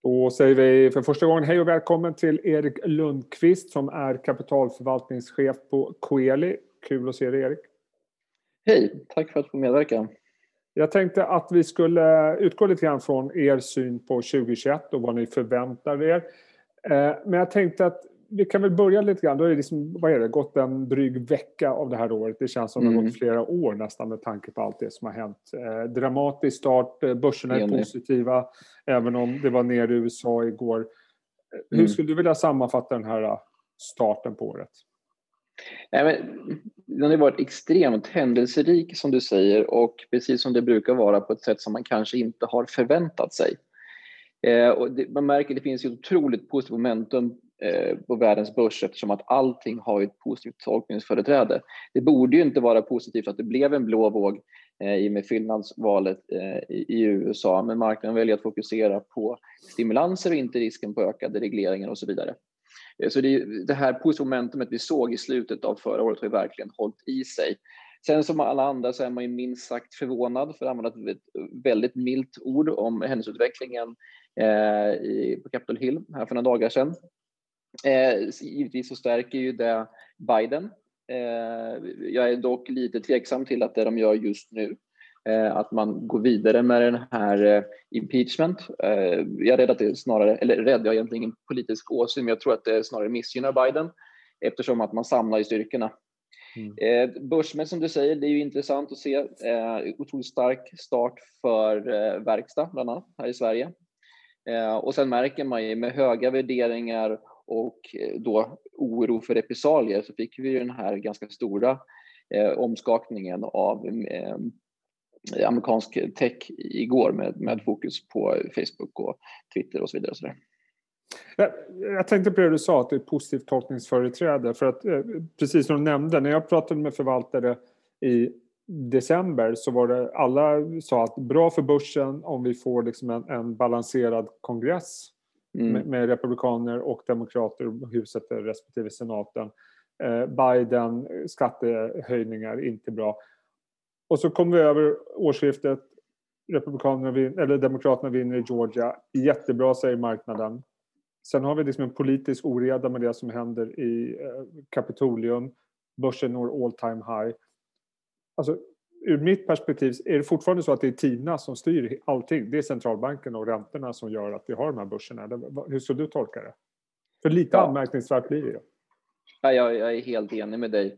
Då säger vi för första gången hej och välkommen till Erik Lundqvist som är kapitalförvaltningschef på Coeli. Kul att se dig, Erik. Hej, tack för att få medverka. Jag tänkte att vi skulle utgå lite grann från er syn på 2021 och vad ni förväntar er. Men jag tänkte att vi kan väl börja lite grann. Då är det liksom, gått en dryg vecka av det här året. Det känns som det har gått flera år nästan med tanke på allt det som har hänt. Dramatisk start, börserna är positiva, även om det var ner i USA igår. Hur skulle du vilja sammanfatta den här starten på året? Den har varit extremt händelserik som du säger, och precis som det brukar vara på ett sätt som man kanske inte har förväntat sig. Man märker att det finns ju otroligt positivt momentum på världens börs eftersom att allting har ett positivt tolkningsföreträde. Det borde ju inte vara positivt att det blev en blå våg i med Finlandsvalet i USA, men marknaden väljer att fokusera på stimulanser och inte risken på ökade regleringar och så vidare. Så det här positiva momentumet vi såg i slutet av förra året har verkligen hållit i sig. Sen som alla andra så är man ju minst sagt förvånad, för att använda ett väldigt milt ord, om händelseutvecklingen på Capitol Hill här för några dagar sedan. Givetvis så stärker ju det Biden. Jag är dock lite tveksam till att det de gör just nu, att man går vidare med den här impeachment. Jag är rädd att det är snarare, eller rädd, jag har egentligen ingen politisk åsikt, men jag tror att det snarare missgynnar Biden eftersom att man samlar i styrkorna. Börsmässigt som du säger, det är ju intressant att se otroligt stark start för verkstad bland annat här i Sverige. Och sen märker man ju med höga värderingar och då ord för repressalier så fick vi ju den här ganska stora omskakningen av amerikansk tech igår med fokus på Facebook och Twitter och så vidare. Och så där. Jag tänkte på det du sa, att det är positivt tolkningsföreträde. För att precis som du nämnde, när jag pratade med förvaltare i december så var det, alla sa att bra för börsen om vi får liksom en balanserad kongress med republikaner och demokrater, huset respektive senaten. Biden, skattehöjningar, inte bra. Och så kom vi över årsskiftet, demokraterna vinner i Georgia, jättebra säger marknaden. Sen har vi liksom en politisk oreda med det som händer i Kapitolium. Börsen når all time high. Alltså, ur mitt perspektiv är det fortfarande så att det är TINA som styr allting. Det är centralbanken och räntorna som gör att vi har de här börserna. Hur skulle du tolka det? För lite anmärkningsvärt blir det. Ja, jag är helt enig med dig.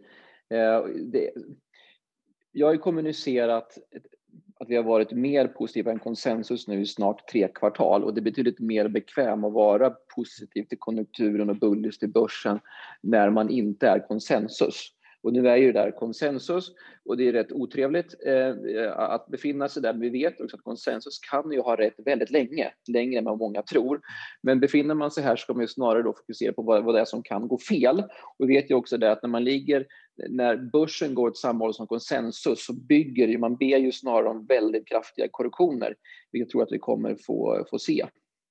Jag har kommunicerat att vi har varit mer positiva än konsensus nu i snart 3 kvartal, och det betyder lite mer bekväm att vara positiv till konjunkturen och bullish till börsen när man inte är konsensus. Och nu är ju det där konsensus, och det är rätt otrevligt att befinna sig där. Men vi vet också att konsensus kan ju ha rätt väldigt längre än vad många tror. Men befinner man sig här ska man ju snarare då fokusera på vad det är som kan gå fel. Och vi vet ju också det att när börsen går åt samma håll som konsensus så man ber ju snarare om väldigt kraftiga korrektioner. Vilket jag tror att vi kommer få se.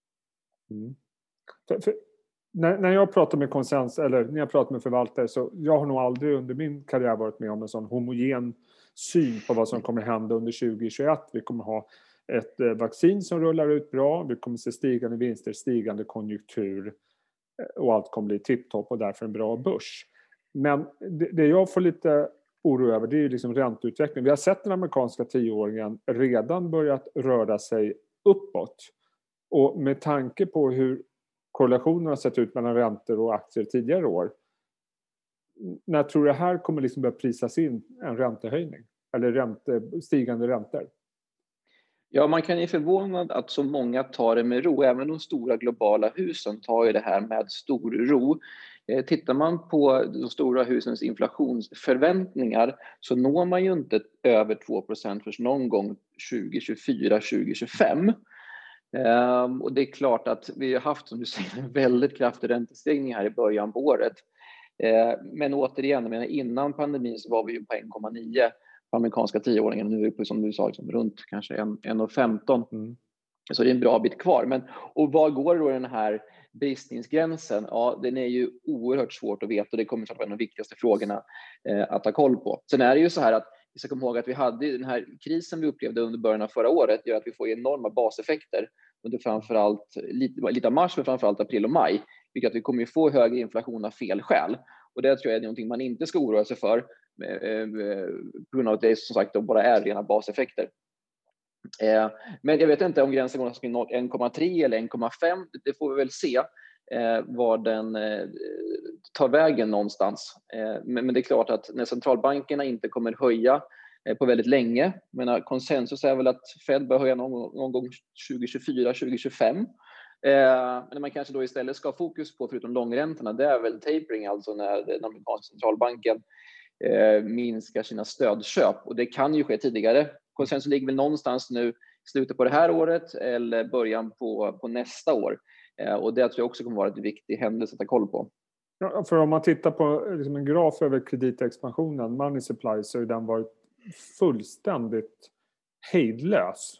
När jag pratar med konsens eller när jag pratar med förvaltare, så jag har nog aldrig under min karriär varit med om en sån homogen syn på vad som kommer hända under 2021. Vi kommer ha ett vaccin som rullar ut bra, vi kommer se stigande vinster, stigande konjunktur och allt kommer bli tipptopp och därför en bra börs. Men det jag får lite oro över, det är ju liksom ränteutveckling. Vi har sett den amerikanska 10-åringen redan börjat röra sig uppåt, och med tanke på hur korrelationen har sett ut mellan räntor och aktier tidigare år. När tror du det här kommer liksom börja prisas in en räntehöjning? Eller stigande räntor? Ja, man kan ju förvånad att så många tar det med ro. Även de stora globala husen tar ju det här med stor ro. Tittar man på de stora husens inflationsförväntningar så når man ju inte över 2% för någon gång 2024-2025. Och det är klart att vi har haft, som du säger, en väldigt kraftig räntestigning här i början på året. Men återigen, innan pandemin så var vi ju på 1,9 på amerikanska 10-åringen. Nu är vi på, som du sa, liksom, runt kanske 1,15. Så det är en bra bit kvar. Och var går då den här bristningsgränsen? Ja, den är ju oerhört svårt att veta, och det kommer att vara en av de viktigaste frågorna att ta koll på. Sen är det ju så här att vi ska komma ihåg att vi hade den här krisen vi upplevde under början av förra året gör att vi får enorma baseffekter under framförallt lite av mars, men framförallt april och maj. Vilket att vi kommer få högre inflation av fel skäl. Och det tror jag är någonting man inte ska oroa sig för. På grund av att det som sagt bara är rena baseffekter. Men jag vet inte om gränsen går till 1,3 eller 1,5. Det får vi väl se var den tar vägen någonstans. Men det är klart att när centralbankerna inte kommer höja på väldigt länge. Men konsensus är väl att Fed bör höja någon gång 2024-2025. Men man kanske då istället ska ha fokus på, förutom långräntorna, det är väl tapering, alltså när den amerikanska centralbanken minskar sina stödköp. Och det kan ju ske tidigare. Konsensus ligger väl någonstans nu i slutet på det här året eller början på nästa år. Och det tror jag också kommer vara en viktig händelse att ta koll på. Ja, för om man tittar på liksom en graf över kreditexpansionen, money supply, så har den varit fullständigt hejdlös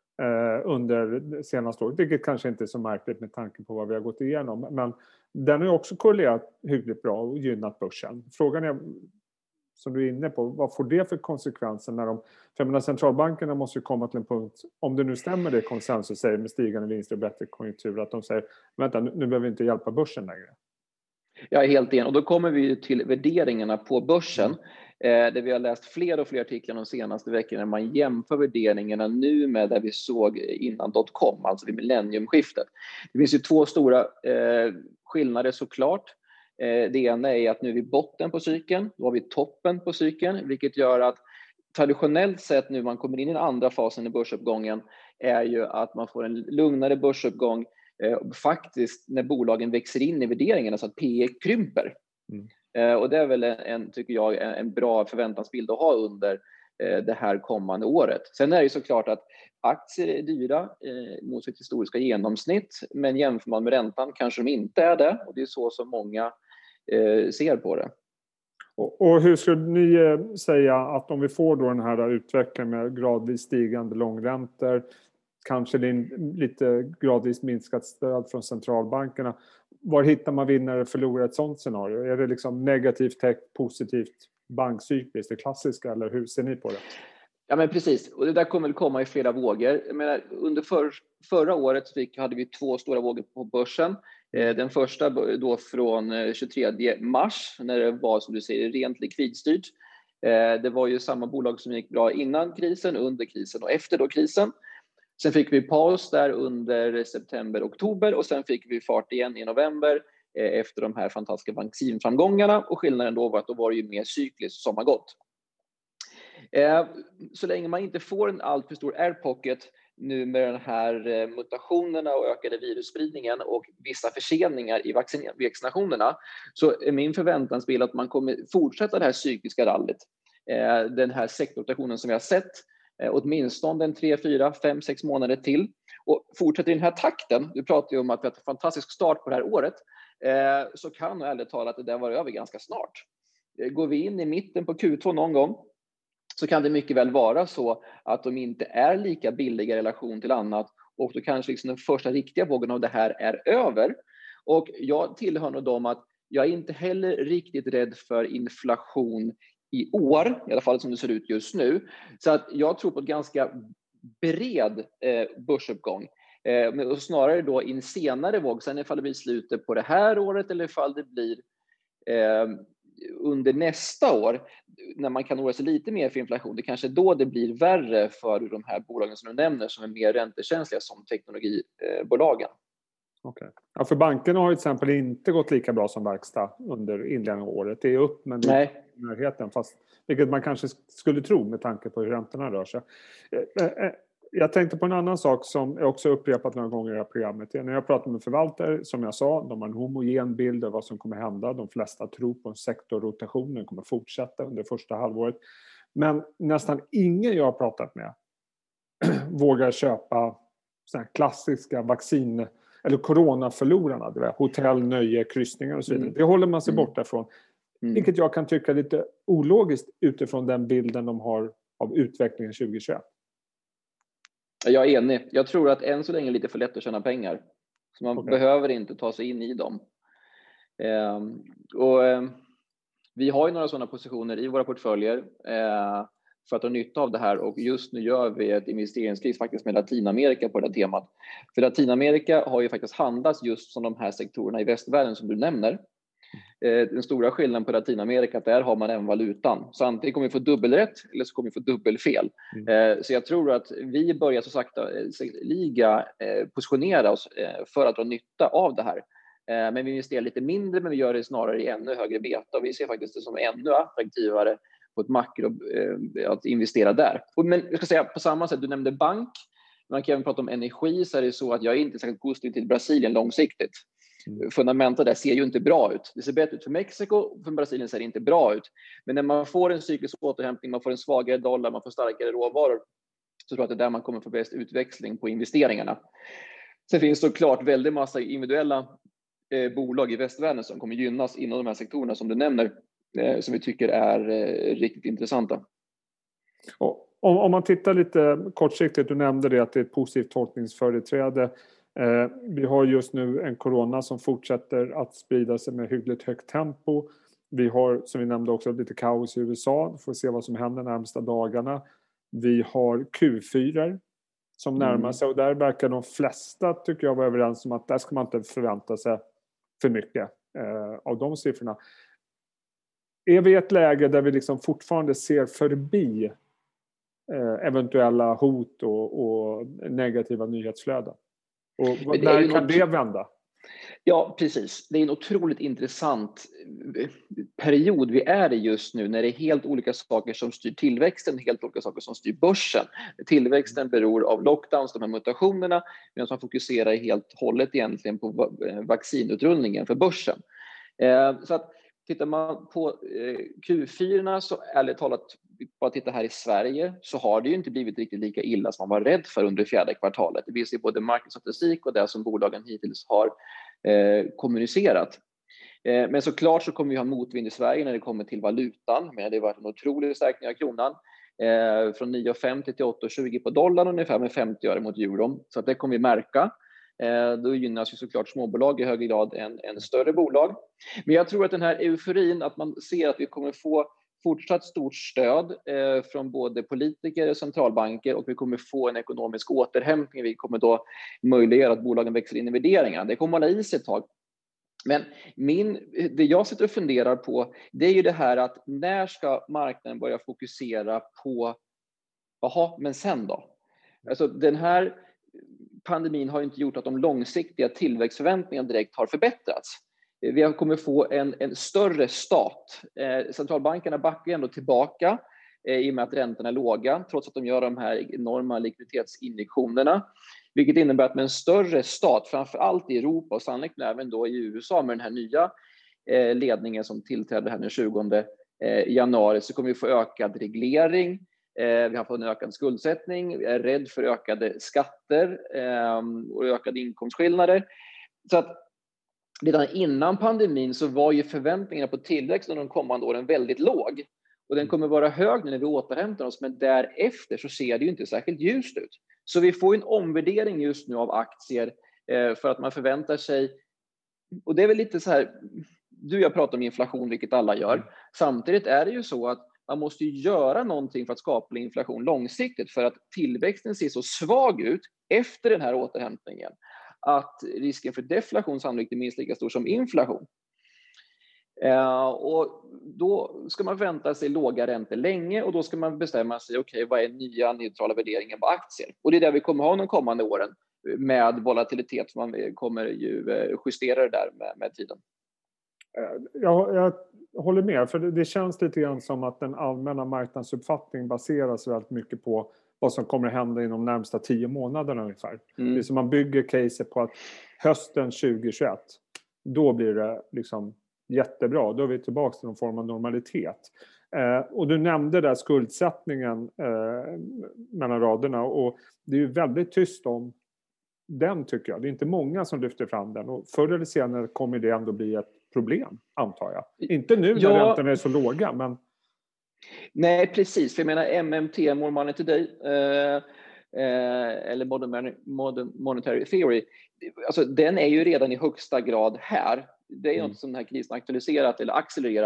under det senaste året. Vilket kanske inte är så märkligt med tanke på vad vi har gått igenom. Men den har ju också korrelerat hyggligt bra och gynnat börsen. Frågan är, som du är inne på, vad får det för konsekvenser när för centralbankerna måste ju komma till en punkt, om det nu stämmer det konsensus säger med stigande vinster och bättre konjunktur, att de säger, vänta, nu behöver vi inte hjälpa börsen längre. Jag är helt enig, och då kommer vi till värderingarna på börsen. Där vi har läst fler och fler artiklar de senaste veckorna när man jämför värderingarna nu med där vi såg innan .com, alltså vid millenniumskiftet. Det finns ju två stora skillnader såklart. Det ena är att nu är vi botten på cykeln, då har vi toppen på cykeln, vilket gör att traditionellt sett nu man kommer in i den andra fasen i börsuppgången är ju att man får en lugnare börsuppgång faktiskt när bolagen växer in i värderingarna så att PE krymper. Och det är väl tycker jag, en bra förväntansbild att ha under det här kommande året. Sen är det ju såklart att aktier är dyra mot sitt historiska genomsnitt, men jämför man med räntan kanske de inte är det, och det är så som många ser på det. Och hur skulle ni säga att om vi får då den här utvecklingen med gradvis stigande långräntor, kanske lite gradvis minskat stöd från centralbankerna, var hittar man vinnare och förlorare ett sånt scenario? Är det liksom negativt tech, positivt bankcykliskt, det klassiska, eller hur ser ni på det? Ja, men precis, och det där kommer väl komma i flera vågor. Jag menar, under förra året hade vi två stora vågor på börsen. Den första då från 23 mars när det var, som du säger, rent likvidstyrt. Det var ju samma bolag som gick bra innan krisen, under krisen och efter då krisen. Sen fick vi paus där under september, oktober, och sen fick vi fart igen i november efter de här fantastiska vaccinframgångarna, och skillnaden då var att då var det ju mer cykliskt som har gått. Så länge man inte får en allt för stor air pocket nu med den här mutationerna och ökade virusspridningen och vissa förseningar i vaccinationerna, så är min förväntansbild att man kommer fortsätta det här cykliska rallyt. Den här sektorrotationen som vi har sett åtminstone en 3, 4, 5, 6 månader till, och fortsätter i den här takten. Du pratar ju om att vi har en fantastisk start på det här året, så kan jag ärligt tala att det där var över ganska snart. Går vi in i mitten på Q2 någon gång, så kan det mycket väl vara så att de inte är lika billiga i relation till annat, och då kanske liksom den första riktiga vågen av det här är över. Och jag tillhör nog dem att jag är inte heller riktigt rädd för inflation i år, i alla fall som det ser ut just nu. Så att jag tror på ett ganska bred börsuppgång. Och snarare då i en senare våg, sen ifall det blir slutet på det här året eller ifall det blir under nästa år, när man kan oroa sig lite mer för inflation. Det kanske då det blir värre för de här bolagen som du nämner som är mer räntekänsliga som teknologibolagen. Okay. Ja, för bankerna har ju till exempel inte gått lika bra som verkstad under inledningen av året. Det är upp, men det är i närheten, fast, vilket man kanske skulle tro med tanke på hur räntorna rör sig. Jag tänkte på en annan sak som jag också upprepat några gånger i det här programmet. När jag pratar med förvaltare, som jag sa, de har en homogen bild av vad som kommer hända. De flesta tror på en sektorrotation, den kommer fortsätta under första halvåret. Men nästan ingen jag har pratat med vågar köpa såna här klassiska vaccin- eller coronaförlorarna. Det var hotell, nöje, kryssningar och så vidare. Det håller man sig borta från. Vilket jag kan tycka är lite ologiskt utifrån den bilden de har av utvecklingen 2021. Jag är enig. Jag tror att än så länge är lite för lätt att tjäna pengar. Så man behöver inte ta sig in i dem. Vi har ju några sådana positioner i våra portföljer. för att ha nytta av det här, och just nu gör vi ett investeringscase faktiskt med Latinamerika på det här temat. För Latinamerika har ju faktiskt handlats just som de här sektorerna i västvärlden som du nämner. Den stora skillnaden på Latinamerika, att där har man även valutan. Så antingen kommer vi få dubbelrätt eller så kommer vi få dubbelfel. Så jag tror att vi börjar så sakta positionera oss för att dra nytta av det här. Men vi investerar lite mindre, men vi gör det snarare i ännu högre beta. Och vi ser faktiskt det som ännu attraktivare på ett makro att investera där. Men jag ska säga på samma sätt, du nämnde bank. Man kan även prata om energi, så är det så att jag är inte särskilt positiv till Brasilien långsiktigt. Fundamenta där ser ju inte bra ut. Det ser bättre ut för Mexiko, för Brasilien ser det inte bra ut. Men när man får en cyklisk återhämtning, man får en svagare dollar, man får starkare råvaror, så tror jag att det är där man kommer få bäst utväxling på investeringarna. Sen finns det såklart väldigt massa individuella bolag i västvärlden som kommer gynnas inom de här sektorerna som du nämner, som vi tycker är riktigt intressanta. Om man tittar lite kortsiktigt, du nämnde det att det är ett positivt tolkningsföreträde. Vi har just nu en corona som fortsätter att sprida sig med hyggligt högt tempo. Vi har, som vi nämnde också, lite kaos i USA. Vi får se vad som händer de närmsta dagarna. Vi har Q4 som närmar sig, och där verkar de flesta, tycker jag, vara överens om att där ska man inte förvänta sig för mycket av de siffrorna. Är vi i ett läge där vi liksom fortfarande ser förbi eventuella hot och negativa nyhetsflöden? Och när kan det vända? Ja, precis. Det är en otroligt intressant period vi är i just nu, när det är helt olika saker som styr tillväxten, helt olika saker som styr börsen. Tillväxten beror av lockdowns, de här mutationerna, medan man fokuserar helt hållet egentligen på vaccinutrullningen för börsen. Så att tittar man på Q4, så ärligt talat, bara titta här i Sverige, så har det ju inte blivit riktigt lika illa som man var rädd för under fjärde kvartalet. Det visar både marknadsstatistik och det som bolagen hittills har kommunicerat. Men såklart så kommer vi ha motvind i Sverige när det kommer till valutan. Men det har varit en otrolig stärkning av kronan. Från 9,50 till 8,20 på dollarn, ungefär med 50 öre mot euron. Så att det kommer vi märka. Då gynnas ju såklart småbolag i högre grad än större bolag. Men jag tror att den här euforin, att man ser att vi kommer få fortsatt stort stöd från både politiker och centralbanker, och vi kommer få en ekonomisk återhämtning. Vi kommer då möjliggöra att bolagen växer in i värderingar. Det kommer hålla i sig ett tag. Men det jag sitter och funderar på, det är ju det här att när ska marknaden börja fokusera på, men sen då? Alltså den här pandemin har ju inte gjort att de långsiktiga tillväxtförväntningarna direkt har förbättrats. Vi kommer få en större stat. Centralbankerna backar ändå tillbaka i och med att räntorna är låga, trots att de gör de här enorma likviditetsinjektionerna. Vilket innebär att med en större stat, framförallt i Europa och sannolikt även då i USA med den här nya ledningen som tillträdde här den 20 januari, så kommer vi få ökad reglering. Vi har fått en ökad skuldsättning. Vi är rädd för ökade skatter och ökade inkomstskillnader. Så att redan innan pandemin så var ju förväntningarna på tillväxt under de kommande åren väldigt låg. Och den kommer vara hög när vi återhämtar oss, men därefter så ser det ju inte särskilt ljust ut. Så vi får en omvärdering just nu av aktier för att man förväntar sig, och det är väl lite så här, jag pratar om inflation, vilket alla gör. Samtidigt är det ju så att man måste göra någonting för att skapa inflation långsiktigt, för att tillväxten ser så svag ut efter den här återhämtningen att risken för deflation sannolikt är minst lika stor som inflation. Och då ska man vänta sig låga räntor länge, och då ska man bestämma sig, vad är nya neutrala värderingar på aktier? Och det är det vi kommer ha de kommande åren med volatilitet, som man kommer ju justera det där med tiden. Jag håller med, för det känns lite grann som att den allmänna marknadsuppfattningen baseras väldigt mycket på vad som kommer hända inom de närmsta 10 månaderna ungefär. Det är som man bygger caset på att hösten 2021, då blir det liksom jättebra. Då är vi tillbaka till någon form av normalitet. Och du nämnde där skuldsättningen mellan raderna, och det är ju väldigt tyst om den, tycker jag. Det är inte många som lyfter fram den, och förr eller senare kommer det ändå bli ett problem, antar jag. Inte nu när räntorna är så låga, men... Nej, precis. För jag menar MMT, More Money Today, eller Modern Monetary Theory, alltså den är ju redan i högsta grad här. Det är något som den här krisen aktualiserat eller accelererat.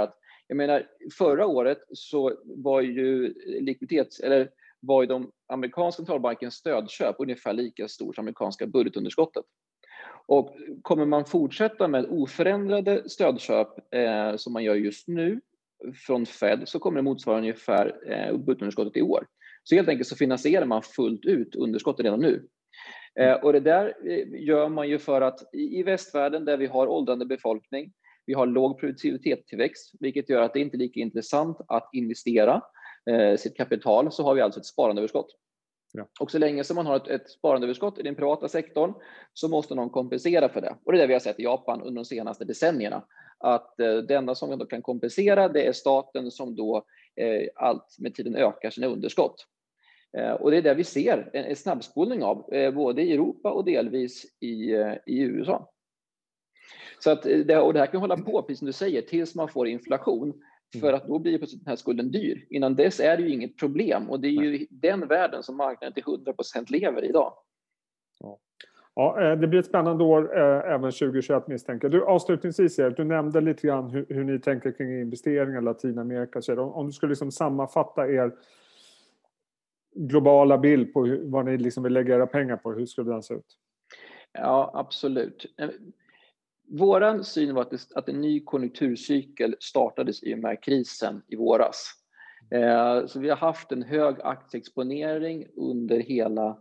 Jag menar, förra året så var ju var ju de amerikanska centralbankens stödköp ungefär lika stort som amerikanska budgetunderskottet. Och kommer man fortsätta med oförändrade stödköp som man gör just nu från Fed, så kommer det motsvara ungefär budgetunderskottet i år. Så helt enkelt så finansierar man fullt ut underskottet redan nu. Och det där gör man ju för att i västvärlden, där vi har åldrande befolkning, vi har låg produktivitetstillväxt, vilket gör att det inte är lika intressant att investera sitt kapital, så har vi alltså ett sparandeöverskott. Ja. Och så länge som man har ett sparandeöverskott i den privata sektorn, så måste någon kompensera för det. Och det är det vi har sett i Japan under de senaste decennierna. Att det enda som då kan kompensera, det är staten som då allt med tiden ökar sina underskott. Och det är det vi ser en snabbspolning av, både i Europa och delvis i USA. Så att det här kan hålla på, precis som du säger, tills man får inflation. För att då blir den här skulden dyr. Innan dess är det ju inget problem. Och det är ju den världen som marknaden till 100% lever i idag. Ja, det blir ett spännande år även 2021 misstänker. Du, avslutningsvis, du nämnde lite grann hur ni tänker kring investeringar i Latinamerika. Så om du skulle liksom sammanfatta er globala bild på vad ni liksom vill lägga era pengar på, hur skulle den se ut? Ja, absolut. Våran syn var att en ny konjunkturcykel startades i och med krisen i våras. Så vi har haft en hög aktieexponering under hela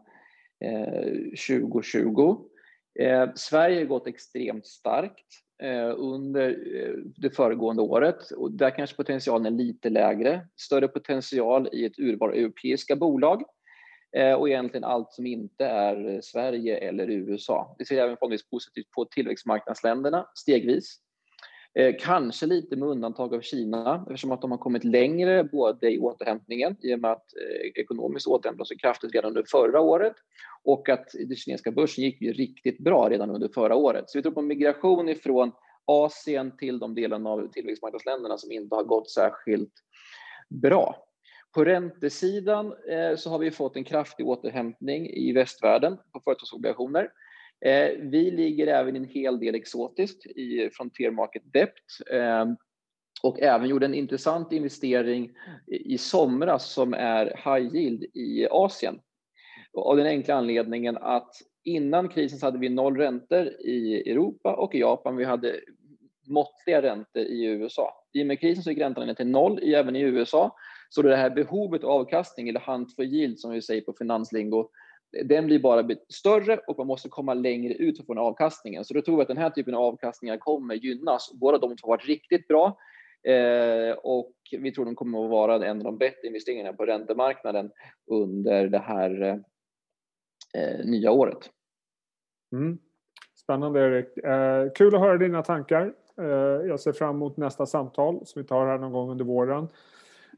2020. Sverige har gått extremt starkt under det föregående året. Och där kanske potentialen är lite lägre. Större potential i ett urval europeiska bolag. Och egentligen allt som inte är Sverige eller USA. Det ser även förhållandevis positivt på tillväxtmarknadsländerna stegvis. Kanske lite med undantag av Kina, eftersom att de har kommit längre både i återhämtningen, i och med att ekonomiskt återhämtade sig kraftigt redan under förra året, och att den kinesiska börsen gick ju riktigt bra redan under förra året. Så vi tror på migration ifrån Asien till de delarna av tillväxtmarknadsländerna som inte har gått särskilt bra. På räntesidan så har vi fått en kraftig återhämtning i västvärlden på företagsobligationer. Vi ligger även i en hel del exotiskt i Frontier Market Debt och även gjorde en intressant investering i somras som är high yield i Asien. Av den enkla anledningen att innan krisen så hade vi 0 räntor i Europa och i Japan. Vi hade måttliga räntor i USA. I och med krisen så gick räntan ner till 0 även i USA. Så det här behovet av avkastning, eller hunt for yield som vi säger på finanslingo, den blir bara större och man måste komma längre ut för att få den avkastningen. Så då tror vi att den här typen av avkastningar kommer gynnas. Båda de har varit riktigt bra och vi tror de kommer att vara en av de bättre investeringarna på räntemarknaden under det här nya året. Spännande, Erik. Kul att höra dina tankar. Jag ser fram emot nästa samtal som vi tar här någon gång under våren.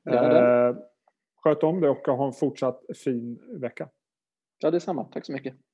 Sköt om det och ha en fortsatt fin vecka. Ja, detsamma. Tack så mycket.